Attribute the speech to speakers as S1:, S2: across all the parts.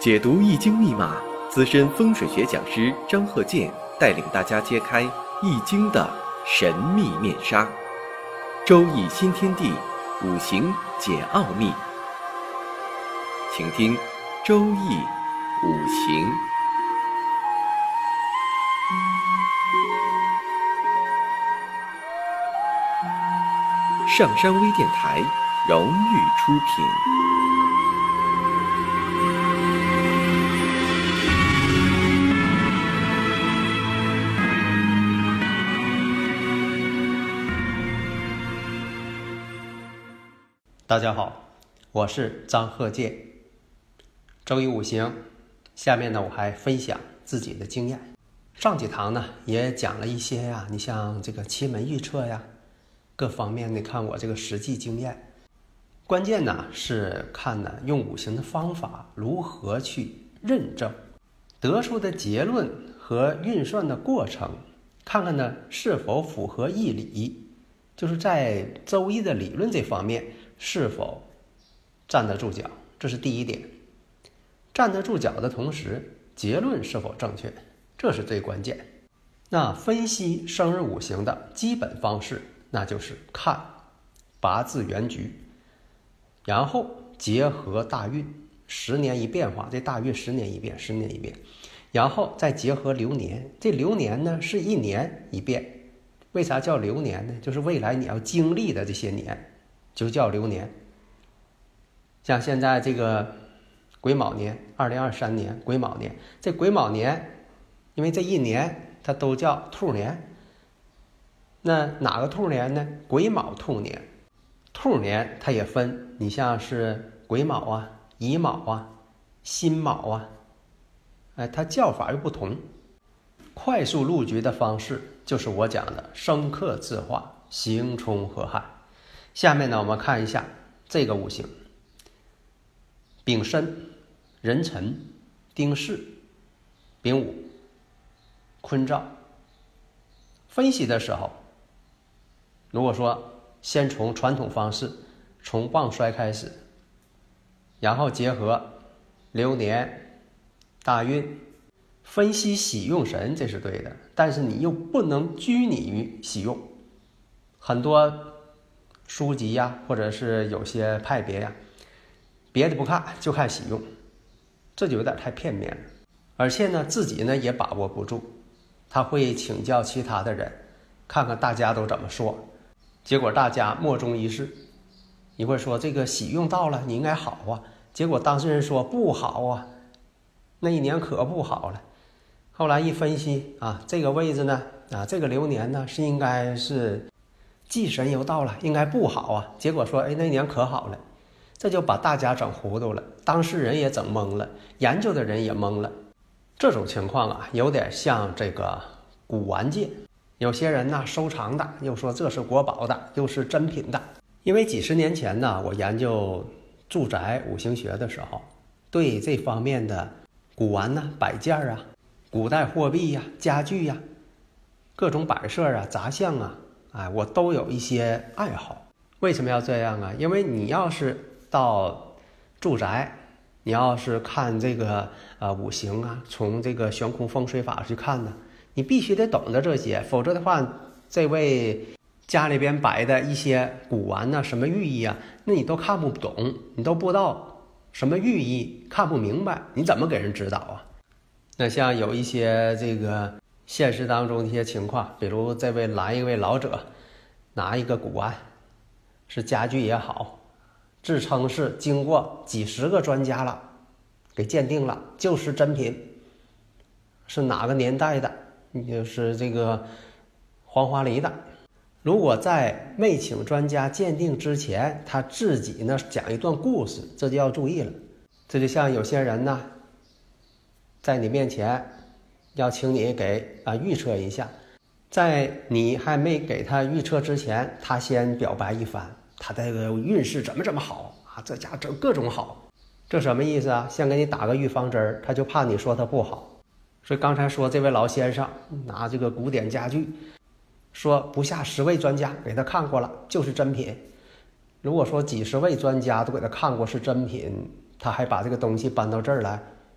S1: 解读易经密码，资深风水学讲师张鹤剑带领大家揭开易经的神秘面纱。周易新天地，五行解奥秘。请听周易五行。上山微电台荣誉出品。
S2: 大家好，我是张鹤剑。周易五行，下面呢我还分享自己的经验。上几堂呢也讲了一些呀，你像这个奇门预测呀，各方面你看我这个实际经验。关键呢是看呢用五行的方法如何去认证，得出的结论和运算的过程，看看呢是否符合义理，就是在周易的理论这方面是否站得住脚，这是第一点。站得住脚的同时，结论是否正确，这是最关键。那分析生日五行的基本方式，那就是看八字原局，然后结合大运，10年一变化，这大运10年一变，10年一变，然后再结合流年，这流年呢是1年一变。为啥叫流年呢？就是未来你要经历的这些年就叫流年。像现在这个癸卯年，2023年癸卯年，这癸卯年因为这一年它都叫兔年，那哪个兔年呢？癸卯兔年。兔年它也分，你像是癸卯啊、乙卯啊、辛卯啊，它叫法又不同。快速入局的方式就是我讲的生克制化，刑冲合害。下面呢我们看一下这个五行：丙申、壬辰、丁巳、丙午、坤兆。分析的时候，如果说先从传统方式，从旺衰开始，然后结合流年、大运，分析喜用神，这是对的，但是你又不能拘泥于喜用。很多书籍呀，或者是有些派别呀，别的不看，就看喜用，这就有点太片面了。而且呢，自己呢也把握不住，他会请教其他的人，看看大家都怎么说，结果大家莫衷一是。一会儿说这个喜用到了，你应该好啊，结果当事人说不好啊，那一年可不好了。后来一分析啊，这个位置呢，这个流年呢是应该是忌神又到了，应该不好啊。结果说，那年可好了，这就把大家整糊涂了，当事人也整懵了，研究的人也懵了。这种情况啊，有点像这个古玩界，有些人呢收藏的，又说这是国宝的，又是珍品的。因为几十年前呢，我研究住宅五行学的时候，对这方面的古玩呢、摆件啊、古代货币呀、家具呀、各种摆设啊、杂项啊，我都有一些爱好。为什么要这样啊？因为你要是到住宅，你要是看这个五行啊，从这个悬空风水法去看呢，你必须得懂得这些，否则的话，这位家里边摆的一些古玩呢，什么寓意啊，那你都看不懂，你都不知道什么寓意，看不明白，你怎么给人指导啊？那像有一些这个现实当中的一些情况，比如这位来一位老者拿一个古玩，是家具也好，自称是经过几十个专家了给鉴定了，就是真品，是哪个年代的，就是这个黄花梨的。如果在没请专家鉴定之前，他自己呢讲一段故事，这就要注意了。这就像有些人呢在你面前要请你给预测一下，在你还没给他预测之前，他先表白一番，他这个运势怎么好啊，这家整各种好。这什么意思啊？先给你打个预防针，他就怕你说他不好。所以刚才说这位老先生拿这个古典家具，说不下10位专家给他看过了，就是真品。如果说几十位专家都给他看过是真品，他还把这个东西搬到这儿来，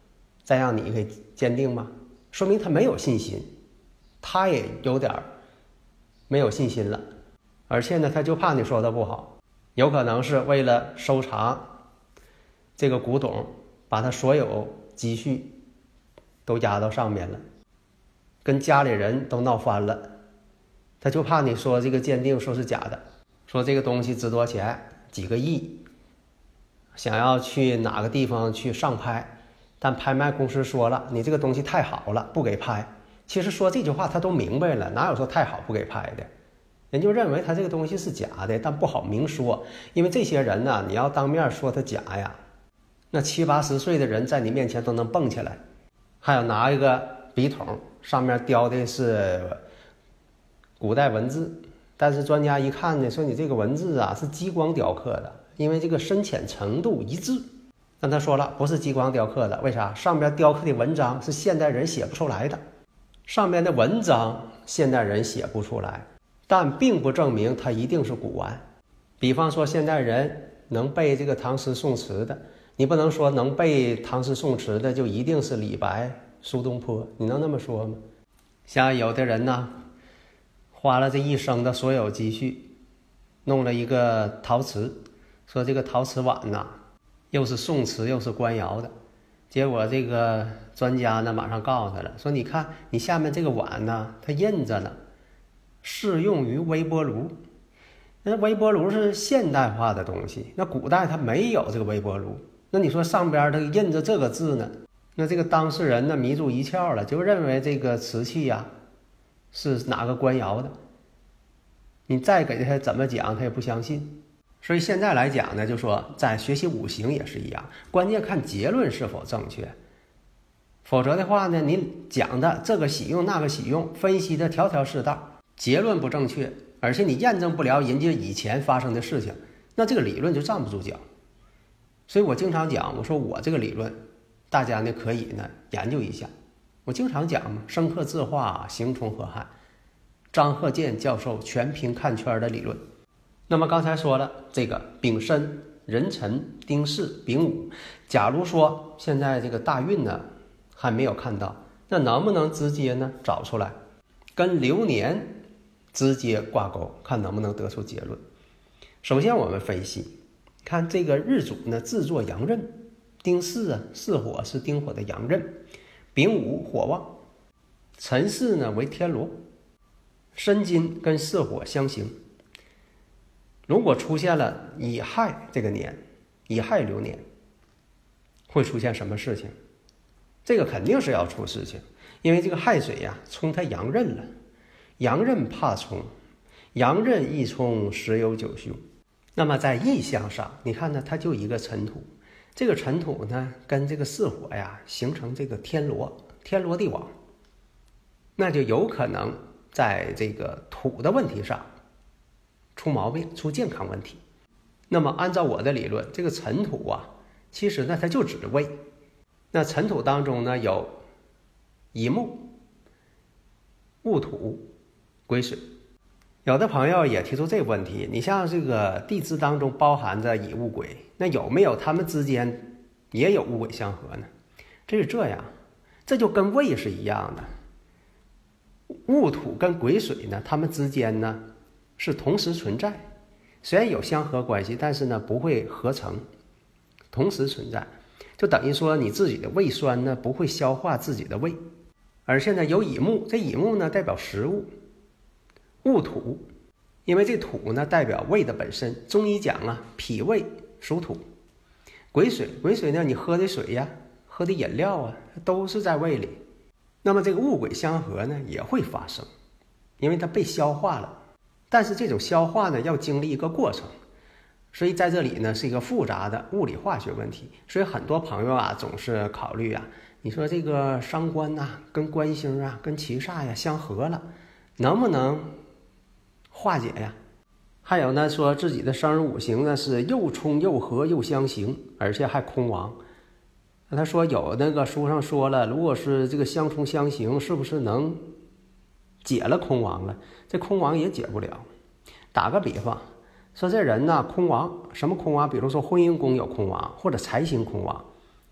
S2: 再让你给鉴定吗？说明他没有信心，他也有点没有信心了。而且呢，他就怕你说的不好，有可能是为了收藏这个古董，把他所有积蓄都压到上面了，跟家里人都闹翻了。他就怕你说这个鉴定说是假的，说这个东西值多少钱，几个亿，想要去哪个地方去上拍，但拍卖公司说了你这个东西太好了，不给拍。其实说这句话他都明白了，哪有说太好不给拍的，人就认为他这个东西是假的，但不好明说。因为这些人呢，你要当面说他假呀，那70、80岁的人在你面前都能蹦起来。还有拿一个笔筒，上面雕的是古代文字，但是专家一看呢，说你这个文字啊是激光雕刻的，因为这个深浅程度一致。但他说了，不是激光雕刻的，为啥？上边雕刻的文章是现代人写不出来的，上边的文章现代人写不出来，但并不证明它一定是古玩。比方说现代人能背这个唐诗宋词的，你不能说能背唐诗宋词的就一定是李白、苏东坡，你能那么说吗？像有的人呢，花了这一生的所有积蓄，弄了一个陶瓷，说这个陶瓷碗呐，又是宋词又是官窑的。结果这个专家呢马上告诉他了，说你看你下面这个碗呢，它印着呢，适用于微波炉。那微波炉是现代化的东西，那古代它没有这个微波炉，那你说上边它印着这个字呢，那这个当事人呢迷住一窍了，就认为这个瓷器呀是哪个官窑的，你再给他怎么讲他也不相信。所以现在来讲呢，就说在学习五行也是一样，关键看结论是否正确。否则的话呢，你讲的这个喜用那个喜用，分析的条条是道，结论不正确，而且你验证不了人家以前发生的事情，那这个理论就站不住脚。所以我经常讲，我说我这个理论大家呢可以呢研究一下。我经常讲嘛，生克制化，形冲合汉，张鹤健教授全凭看圈的理论。那么刚才说了，这个丙申、壬辰、丁巳、丙午，假如说现在这个大运呢还没有看到，那能不能直接呢找出来，跟流年直接挂钩，看能不能得出结论。首先我们分析，看这个日主呢制作阳刃，丁巳啊巳火是丁火的阳刃，丙午火旺，辰巳呢为天罗，申金跟巳火相刑。如果出现了乙亥这个年，乙亥流年，会出现什么事情？这个肯定是要出事情，因为这个亥水呀冲它阳刃了，阳刃怕冲，阳刃一冲十有九凶。那么在意象上，你看呢，它就一个尘土，这个尘土呢跟这个巳火呀形成这个天罗地网，那就有可能在这个土的问题上出毛病，出健康问题。那么按照我的理论，这个尘土啊，其实呢它就指胃。那尘土当中呢有乙木、戊土、癸水。有的朋友也提出这个问题，你像这个地支当中包含着乙戊癸，那有没有他们之间也有戊癸相合呢？这是这样，这就跟胃是一样的。戊土跟癸水呢，他们之间呢是同时存在，虽然有相合关系，但是呢不会合成，同时存在，就等于说你自己的胃酸呢不会消化自己的胃。而且呢有乙木，这乙木呢代表食物，戊土，因为这土呢代表胃的本身，中医讲啊脾胃属土。癸水呢你喝的水呀，喝的饮料啊都是在胃里，那么这个戊癸相合呢也会发生，因为它被消化了。但是这种消化呢要经历一个过程，所以在这里呢是一个复杂的物理化学问题。所以很多朋友啊总是考虑啊，你说这个伤官啊跟官星啊跟七煞呀相合了，能不能化解呀？还有呢说自己的生日五行呢是又冲又合又相刑，而且还空亡。那他说有那个书上说了，如果是这个相冲相刑，是不是能解了空亡了？这空亡也解不了。打个比方说，这人呢空亡，什么空亡？比如说婚姻宫有空亡，或者财星空亡，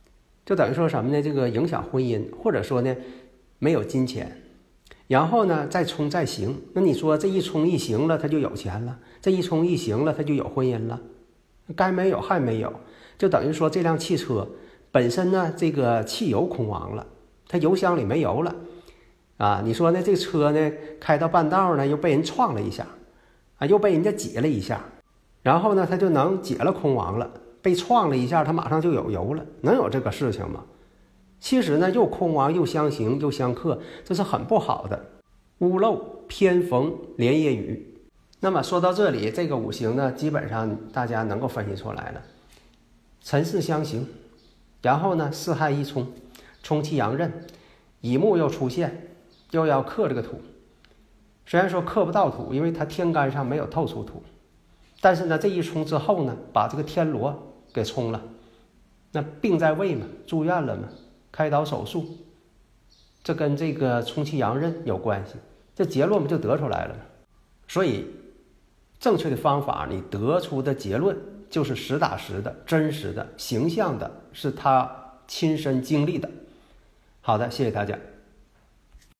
S2: 就等于说什么呢？这个影响婚姻，或者说呢没有金钱，然后呢再冲再行，那你说这一冲一行了，他就有钱了；这一冲一行了，他就有婚姻了。该没有还没有，就等于说这辆汽车本身呢，这个汽油空亡了，它油箱里没油了啊。你说呢？这车呢开到半道呢，又被人撞了一下啊，又被人家挤了一下，然后呢，它就能解了空亡了。被撞了一下，它马上就有油了，能有这个事情吗？其实呢，又空亡又相刑又相克，这是很不好的。屋漏偏逢连夜雨。那么说到这里，这个五行呢，基本上大家能够分析出来了。辰巳相刑，然后呢巳亥一冲，冲其阳刃，乙木又出现，又要克这个土。虽然说克不到土，因为它天干上没有透出土，但是呢这一冲之后呢，把这个天罗给冲了，那病在胃嘛，住院了嘛，开刀手术，这跟这个冲其阳刃有关系，这结论不就得出来了吗？所以正确的方法，你得出的结论就是实打实的、真实的、形象的，是他亲身经历的。好的，谢谢大家。